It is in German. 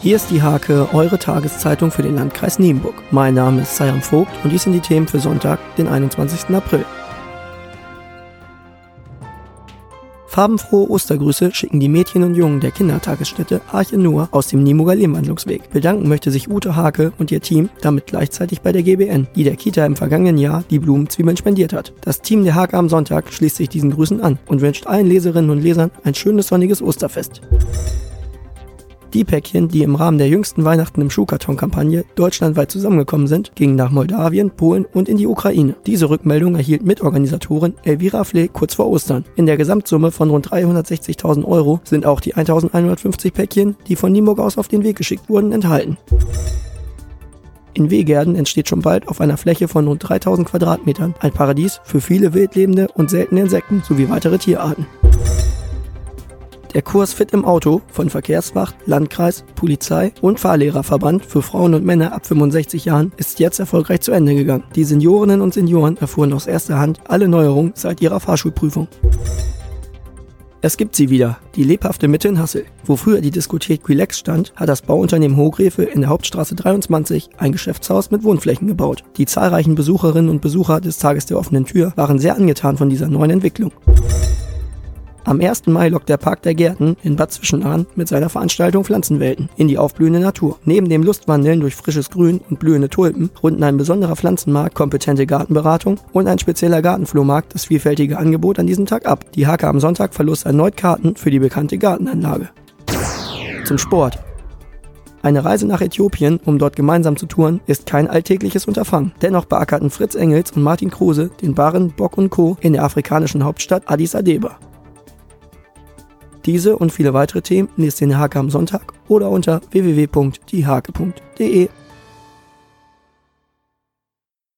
Hier ist die Hake, eure Tageszeitung für den Landkreis Nienburg. Mein Name ist Sayam Vogt und dies sind die Themen für Sonntag, den 21. April. Farbenfrohe Ostergrüße schicken die Mädchen und Jungen der Kindertagesstätte Arche Noah aus dem Nienburger Lehmwandlungsweg. Bedanken möchte sich Ute Hake und ihr Team damit gleichzeitig bei der GBN, die der Kita im vergangenen Jahr die Blumenzwiebeln spendiert hat. Das Team der Hake am Sonntag schließt sich diesen Grüßen an und wünscht allen Leserinnen und Lesern ein schönes sonniges Osterfest. Die Päckchen, die im Rahmen der jüngsten Weihnachten im Schuhkarton-Kampagne deutschlandweit zusammengekommen sind, gingen nach Moldawien, Polen und in die Ukraine. Diese Rückmeldung erhielt Mitorganisatorin Elvira Flee kurz vor Ostern. In der Gesamtsumme von rund 360.000 € sind auch die 1.150 Päckchen, die von Nienburg aus auf den Weg geschickt wurden, enthalten. In Wegerden entsteht schon bald auf einer Fläche von rund 3.000 Quadratmetern ein Paradies für viele wildlebende und seltene Insekten sowie weitere Tierarten. Der Kurs Fit im Auto von Verkehrswacht, Landkreis, Polizei und Fahrlehrerverband für Frauen und Männer ab 65 Jahren ist jetzt erfolgreich zu Ende gegangen. Die Seniorinnen und Senioren erfuhren aus erster Hand alle Neuerungen seit ihrer Fahrschulprüfung. Es gibt sie wieder, die lebhafte Mitte in Hassel. Wo früher die Diskothek Relax stand, hat das Bauunternehmen Hochgräfe in der Hauptstraße 23 ein Geschäftshaus mit Wohnflächen gebaut. Die zahlreichen Besucherinnen und Besucher des Tages der offenen Tür waren sehr angetan von dieser neuen Entwicklung. Am 1. Mai lockt der Park der Gärten in Bad Zwischenahn mit seiner Veranstaltung Pflanzenwelten in die aufblühende Natur. Neben dem Lustwandeln durch frisches Grün und blühende Tulpen runden ein besonderer Pflanzenmarkt, kompetente Gartenberatung und ein spezieller Gartenflohmarkt das vielfältige Angebot an diesem Tag ab. Die Hake am Sonntag verlost erneut Karten für die bekannte Gartenanlage. Zum Sport. Eine Reise nach Äthiopien, um dort gemeinsam zu touren, ist kein alltägliches Unterfangen. Dennoch beackerten Fritz Engels und Martin Kruse den Baren, Bock und Co. in der afrikanischen Hauptstadt Addis Abeba. Diese und viele weitere Themen lest ihr in der Hake am Sonntag oder unter www.diehake.de.